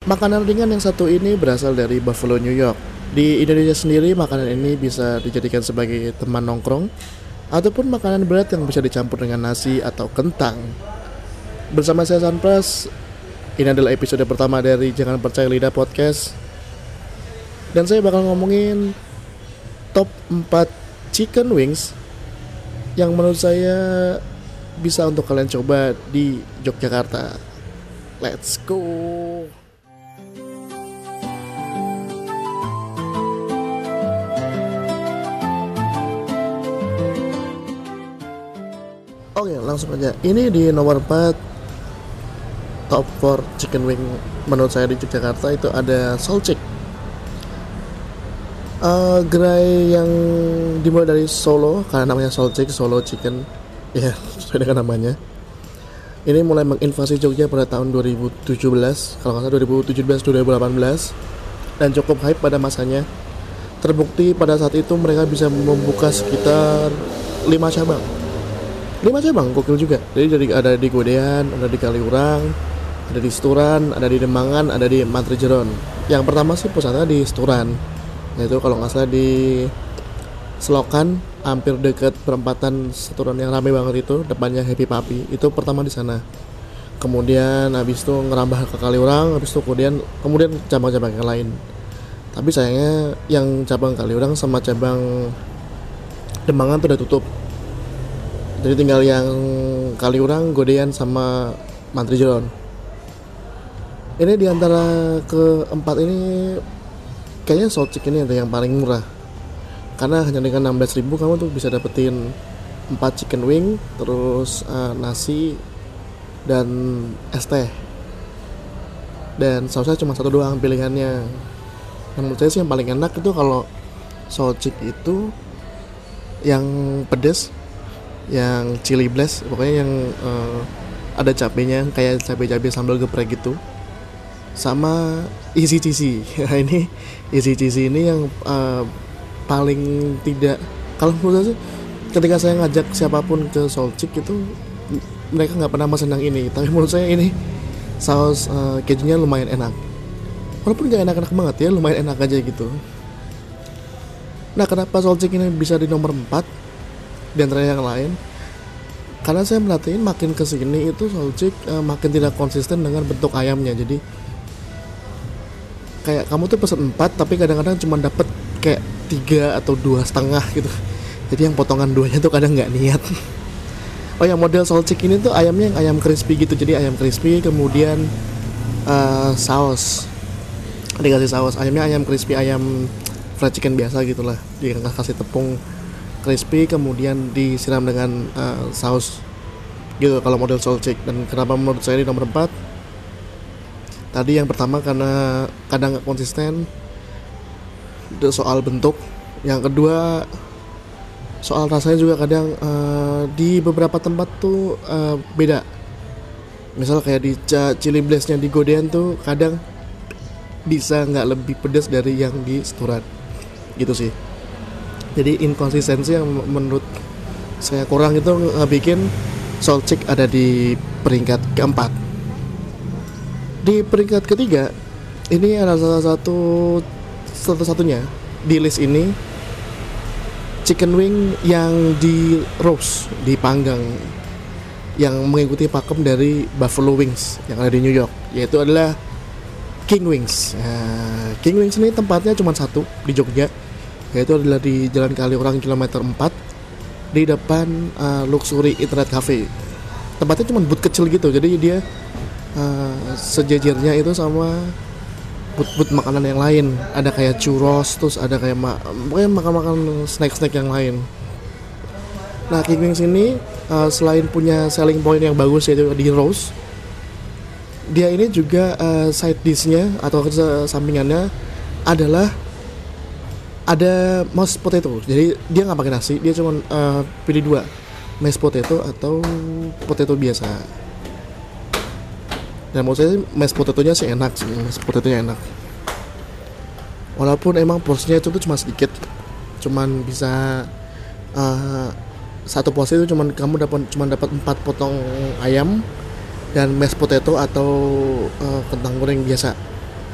Makanan ringan yang satu ini berasal dari Buffalo, New York. Di Indonesia sendiri, makanan ini bisa dijadikan sebagai teman nongkrong ataupun makanan berat yang bisa dicampur dengan nasi atau kentang. Bersama saya Sanpras, ini adalah episode pertama dari Jangan Percaya Lidah Podcast. Dan saya bakal ngomongin top 4 chicken wings yang menurut saya bisa untuk kalian coba di Yogyakarta. Let's go. Oke, langsung aja. Ini di nomor 4 top 4 chicken wing menurut saya di Yogyakarta itu ada Solcik. Gerai yang dimulai dari Solo karena namanya Solcik, Solo Chicken. Ya, sesuai dengan namanya. Ini mulai menginvasi Jogja pada tahun 2017, kalau nggak salah 2017-2018, dan cukup hype pada masanya. Terbukti pada saat itu mereka bisa membuka sekitar 5 cabang. 5 cabang, gokil juga. Jadi ada di Godean, ada di Kaliurang, ada di Seturan, ada di Demangan, ada di Matrijeron. Yang pertama sih pusatnya di Seturan, yaitu kalau nggak salah di Selokan, hampir dekat perempatan Seturan yang ramai banget itu, depannya Happy Papi. Itu pertama di sana. Kemudian habis itu ngerambah ke Kaliurang, habis itu kemudian cabang-cabang yang lain. Tapi sayangnya yang cabang Kaliurang sama cabang Demangan tuh udah tutup. Jadi tinggal yang Kaliurang, Godean, sama Matrijeron. Ini diantara keempat ini kayaknya Solcik ini ada yang paling murah. Karena hanya dengan 16.000 kamu tuh bisa dapetin 4 chicken wing, terus nasi dan es teh. Dan sausnya cuma satu doang pilihannya. Yang menurut saya sih yang paling enak itu kalau Solcik itu yang pedes, yang chili blast, pokoknya yang ada cabenya kayak cabai sambal geprek gitu, sama easy cheesy. Ini easy cheesy ini yang paling tidak, kalau menurut saya ketika saya ngajak siapapun ke Solcik itu mereka nggak pernah senang ini, tapi menurut saya ini saus kejunya lumayan enak, walaupun nggak enak-enak banget ya, lumayan enak aja gitu. Nah, kenapa Solcik ini bisa di nomor 4 di antara yang lain? Karena saya merhatiin makin kesini itu Solcik makin tidak konsisten dengan bentuk ayamnya. Jadi kayak kamu tuh pesen 4 tapi kadang-kadang cuma dapet kayak 3 atau 2,5 gitu. Jadi yang potongan 2-nya tuh kadang nggak niat. Oh ya, model Solcik ini tuh ayamnya yang ayam crispy gitu. Jadi ayam crispy kemudian saus, dikasih saus. Ayamnya ayam crispy, ayam fried chicken biasa gitulah, dikasih tepung crispy kemudian disiram dengan saus gitu kalau model Solcik. Dan kenapa menurut saya di nomor 4? Tadi yang pertama karena kadang gak konsisten soal bentuk. Yang kedua soal rasanya juga kadang di beberapa tempat tuh beda. Misal kayak di chili blast-nya di Godean tuh kadang bisa gak lebih pedas dari yang di Seturan gitu sih. Jadi inkonsistensi yang menurut saya kurang itu bikin Solcik ada di peringkat keempat. Di peringkat ketiga ini ada salah satu-satunya di list ini chicken wing yang di roast, dipanggang, yang mengikuti pakem dari Buffalo Wings yang ada di New York, yaitu adalah King Wings. Nah, King Wings ini tempatnya cuma satu di Jogja, yaitu adalah di Jalan Kaliurang kilometer 4 di depan Luxury Internet Cafe. Tempatnya cuma booth kecil gitu, jadi dia sejajarnya itu sama booth makanan yang lain. Ada kayak churros, terus ada kayak pokoknya makan snack yang lain. Nah, King Wings ini selain punya selling point yang bagus yaitu di roast, dia ini juga side dish-nya atau sampingannya adalah ada mashed potato. Jadi dia nggak pakai nasi, dia cuma pilih 2, mashed potato atau potato biasa. Dan menurut saya mashed potatonya sih enak sih, mashed potatonya enak. Walaupun emang porsinya itu tuh cuma sedikit, cuman bisa satu porsi itu kamu dapat 4 potong ayam dan mashed potato atau kentang goreng biasa.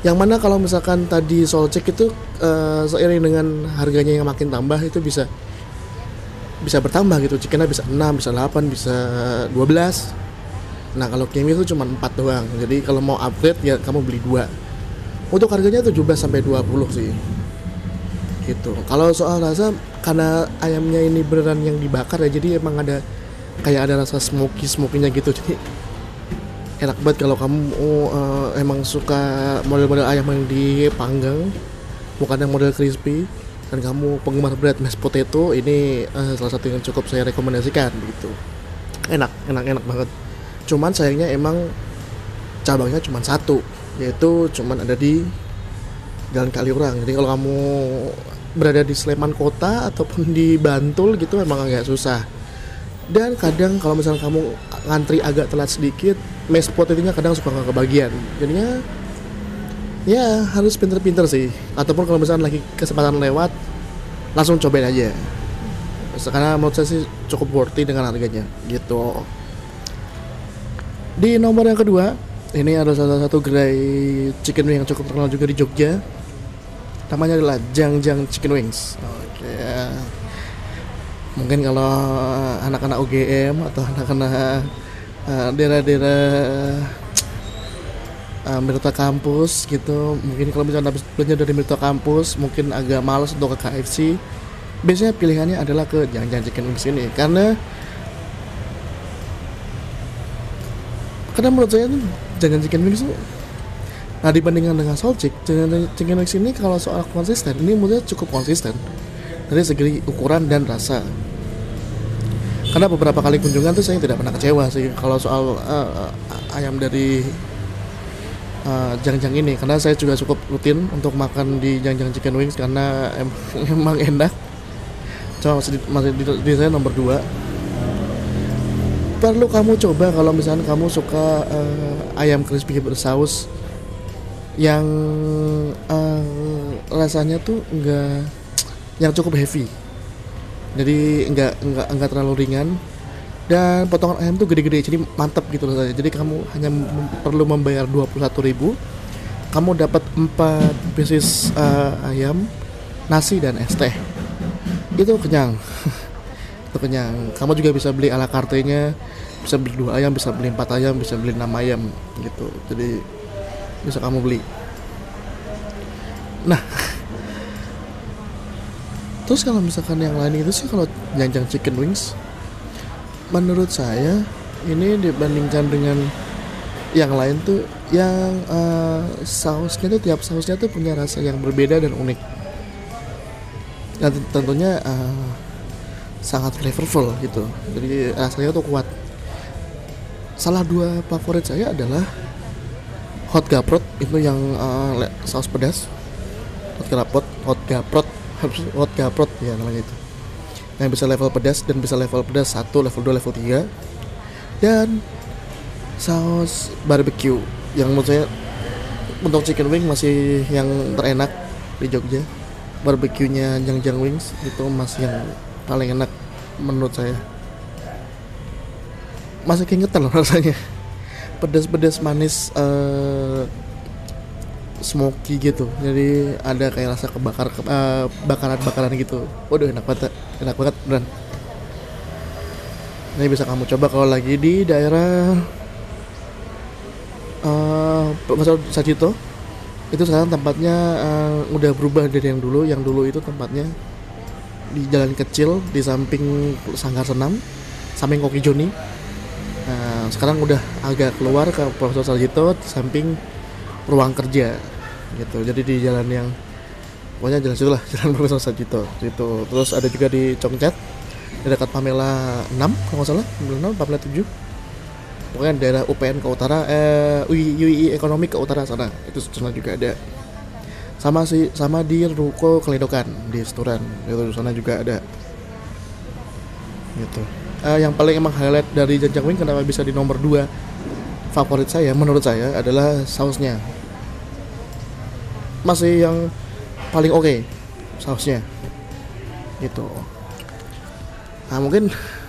Yang mana kalau misalkan tadi Solcek itu seiring dengan harganya yang makin tambah itu bisa bisa bertambah gitu. Chickennya bisa 6, bisa 8, bisa 12. Nah kalau King Wings itu cuma 4 doang. Jadi kalau mau upgrade ya kamu beli 2. Untuk harganya 17 sampai 20 sih. Gitu. Kalau soal rasa, karena ayamnya ini beneran yang dibakar ya, jadi emang ada kayak ada rasa smoky-smokinya gitu. Jadi enak banget kalau kamu emang suka model-model ayam yang dipanggang, bukan yang model crispy, dan kamu penggemar bread mashed potato, ini salah satu yang cukup saya rekomendasikan gitu. Enak banget. Cuman sayangnya emang cabangnya cuma satu, yaitu cuman ada di Jalan Kaliurang. Jadi kalau kamu berada di Sleman Kota ataupun di Bantul gitu emang agak susah. Dan kadang kalau misalnya kamu ngantri agak telat sedikit, mashed potato-nya kadang suka nggak kebagian. Jadinya ya harus pinter-pinter sih. Ataupun kalau misalnya lagi kesempatan lewat, langsung cobain aja. Karena menurut saya sih cukup worthy dengan harganya gitu. Di nomor yang kedua, ini ada salah satu gerai chicken wing yang cukup terkenal juga di Jogja. Namanya adalah Jangjang Chicken Wings. Oke. Mungkin kalau anak-anak UGM atau anak-anak daerah-daerah Mirta kampus gitu, mungkin kalau misalnya habis belanja dari Mirta kampus mungkin agak malas untuk ke KFC, biasanya pilihannya adalah ke Jangjang Chicken Wings ini. Karena menurut saya tuh Jangan Chicken Wings tuh, nah dibandingkan dengan Solcik, Jangan Chicken Wings ini kalau soal konsisten, ini menurut saya cukup konsisten dari segi ukuran dan rasa. Karena beberapa kali kunjungan tuh saya tidak pernah kecewa sih kalau soal ayam dari Jangjang ini, karena saya juga cukup rutin untuk makan di Jangjang Chicken Wings karena emang enak. Cuma masih di saya nomor 2. Perlu kamu coba kalau misalnya kamu suka ayam crispy bersaus yang rasanya tuh enggak, yang cukup heavy. Jadi enggak terlalu ringan, dan potongan ayam tuh gede-gede, jadi mantap gitu rasanya. Jadi kamu hanya perlu membayar 21.000, kamu dapat 4 pieces ayam, nasi dan es teh. Itu kenyang. Itu kenyang. Kamu juga bisa beli ala carte-nya, bisa beli 2 ayam, bisa beli 4 ayam, bisa beli 6 ayam gitu. Jadi bisa kamu beli. Nah, terus kalau misalkan yang lain itu sih, kalau Jangjang Chicken Wings menurut saya ini dibandingkan dengan yang lain tuh, yang sausnya tuh, tiap sausnya tuh punya rasa yang berbeda dan unik. Dan tentunya sangat flavorful gitu. Jadi rasanya tuh kuat. Salah 2 favorit saya adalah hot gaprot, itu yang saus pedas. Hot gaprot ya namanya itu. Yang bisa level pedas, dan bisa level pedas 1, level 2, level 3. Dan saus barbecue yang menurut saya untuk chicken wing masih yang terenak di Jogja. Barbecue-nya Jangjang Wings itu masih yang paling enak menurut saya. Masih keingetan loh rasanya. Pedas-pedas manis, smoky gitu. Jadi ada kayak rasa bakaran gitu. Waduh, enak banget beneran. Ini bisa kamu coba kalau lagi di daerah Pasar Sajito. Itu sekarang tempatnya udah berubah dari yang dulu. Yang dulu itu tempatnya di jalan kecil di samping Sanggar Senam, samping Koki Joni. Nah, sekarang udah agak keluar ke Profesor Sarjito, di samping ruang kerja gitu. Jadi di jalan yang pokoknya jalan situ lah, jalan Profesor Sarjito gitu. Terus ada juga di Congcat, di dekat Pamela 6 kalau nggak salah, Pamela 7. Pokoknya daerah UPN ke utara, UI ekonomi ke utara sana, itu sana juga ada. Sama di Ruko Keledokan di Seturan, itu sana juga ada. Gitu. Yang paling emang highlight dari Jangjang Wing, kenapa bisa di nomor 2 favorit saya, menurut saya adalah sausnya. Masih yang paling oke sausnya. Gitu. Nah, mungkin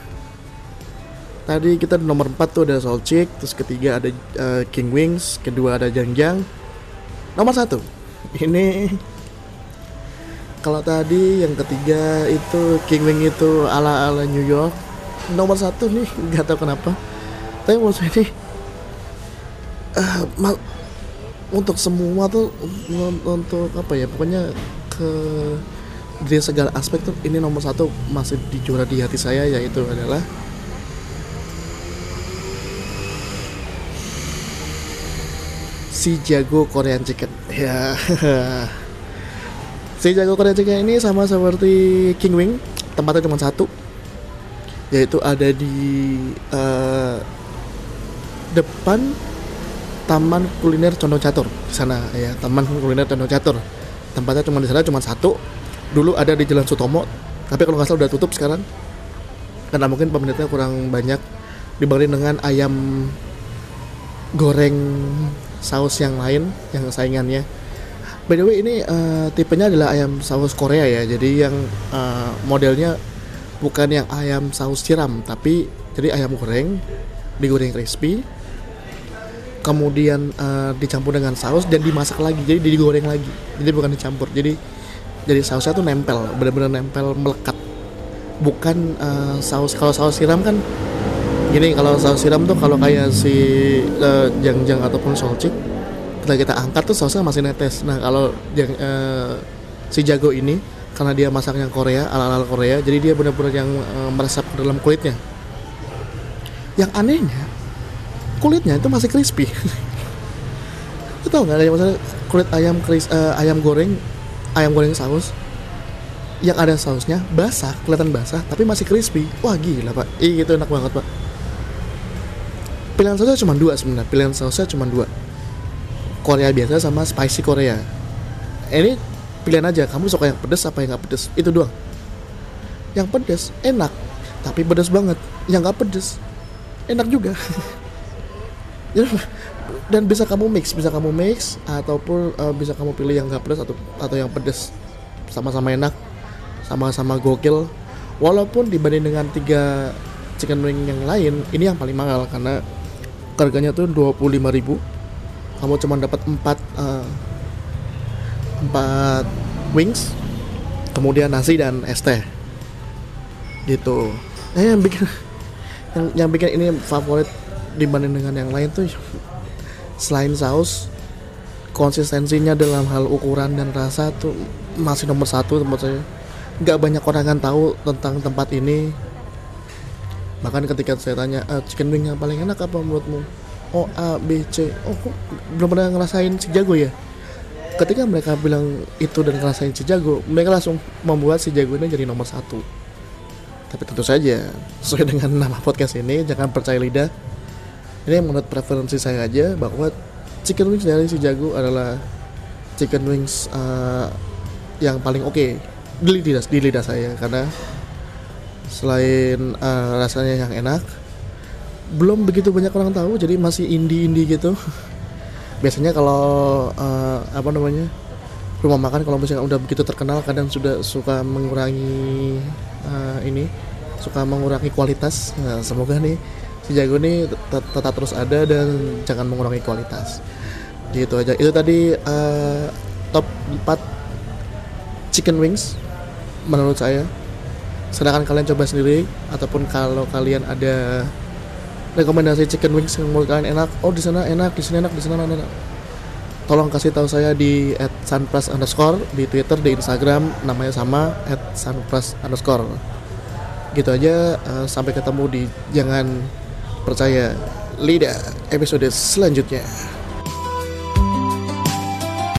tadi kita di nomor 4 tuh ada Solcik, terus ketiga ada King Wings, kedua ada Jangjang. Nomor satu, ini kalau tadi yang ketiga itu King Wing itu ala New York. Nomor satu nih nggak tahu kenapa, tapi menurut saya ini untuk semua tuh, untuk apa ya, pokoknya ke dari segala aspek tuh ini nomor satu masih dijuara di hati saya, yaitu adalah si jago Korean chicken ya. Si jago Korean chicken ini sama seperti King Wing, tempatnya cuma satu, yaitu ada di depan Taman Kuliner Condong Catur di sana ya. Taman Kuliner Condong Catur, tempatnya cuma di sana, cuma satu. Dulu ada di Jalan Sutomo, tapi kalau nggak salah udah tutup sekarang karena mungkin peminatnya kurang banyak dibanding dengan ayam goreng saus yang lain yang saingannya. By the way, ini tipenya adalah ayam saus Korea ya. Jadi yang modelnya bukan yang ayam saus siram, tapi jadi ayam goreng digoreng crispy, kemudian dicampur dengan saus dan dimasak lagi. Jadi digoreng lagi. Jadi bukan dicampur. Jadi sausnya tuh nempel, benar-benar nempel, melekat. Bukan saus, kalau saus siram kan gini, kalau saus siram tuh kalau kayak si Jangjang ataupun Solcik, setelah kita angkat tuh sausnya masih netes. Nah kalau yang si jago ini karena dia masaknya Korea, ala-ala Korea, jadi dia benar-benar yang meresap ke dalam kulitnya. Yang anehnya kulitnya itu masih crispy. Lu tau nggak, ada masalah kulit ayam goreng saus yang ada sausnya basah, kelihatan basah tapi masih crispy. Wah gila pak, itu enak banget pak. Pilihan sausnya cuma dua sebenarnya. Korea biasa sama spicy Korea. Ini pilihan aja, kamu suka yang pedas apa yang nggak pedas, itu doang. Yang pedas enak tapi pedas banget, yang nggak pedas enak juga. Dan bisa kamu mix ataupun bisa kamu pilih yang nggak pedas atau yang pedas, sama-sama enak, sama-sama gokil. Walaupun dibanding dengan 3 chicken wing yang lain, ini yang paling mahal karena harganya tuh 25.000. Kamu cuma dapat 4 wings, kemudian nasi dan es teh gitu. Yang bikin ini favorit dibanding dengan yang lain tuh selain saus, konsistensinya dalam hal ukuran dan rasa tuh masih nomor satu tempat saya. Gak banyak orang yang tahu tentang tempat ini. Bahkan ketika saya tanya chicken wing yang paling enak apa menurutmu, oh A, B, C, oh kok belum pernah ngerasain si jago ya. Ketika mereka bilang itu dan ngerasain si jago, mereka langsung membuat si jago ini jadi nomor satu. Tapi tentu saja sesuai dengan nama podcast ini, jangan percaya lidah. Ini menurut preferensi saya aja, bahwa chicken wings dari si jago adalah chicken wings yang paling oke di lidah saya, karena selain rasanya yang enak, belum begitu banyak orang tahu, jadi masih indie gitu. Biasanya kalau rumah makan kalau misalnya udah begitu terkenal, kadang sudah suka mengurangi suka mengurangi kualitas. Nah, semoga nih si jago nih tetap terus ada dan jangan mengurangi kualitas. Gitu aja. Itu tadi top 4 chicken wings menurut saya. Sedangkan kalian coba sendiri, ataupun kalau kalian ada rekomendasi chicken wings yang menurut kalian enak, oh di sana enak, di sini enak, di sana enak, tolong kasih tahu saya di @sunplus_, di Twitter, di Instagram namanya sama @sunplus_. Gitu aja. Sampai ketemu di Jangan Percaya Lidah episode selanjutnya.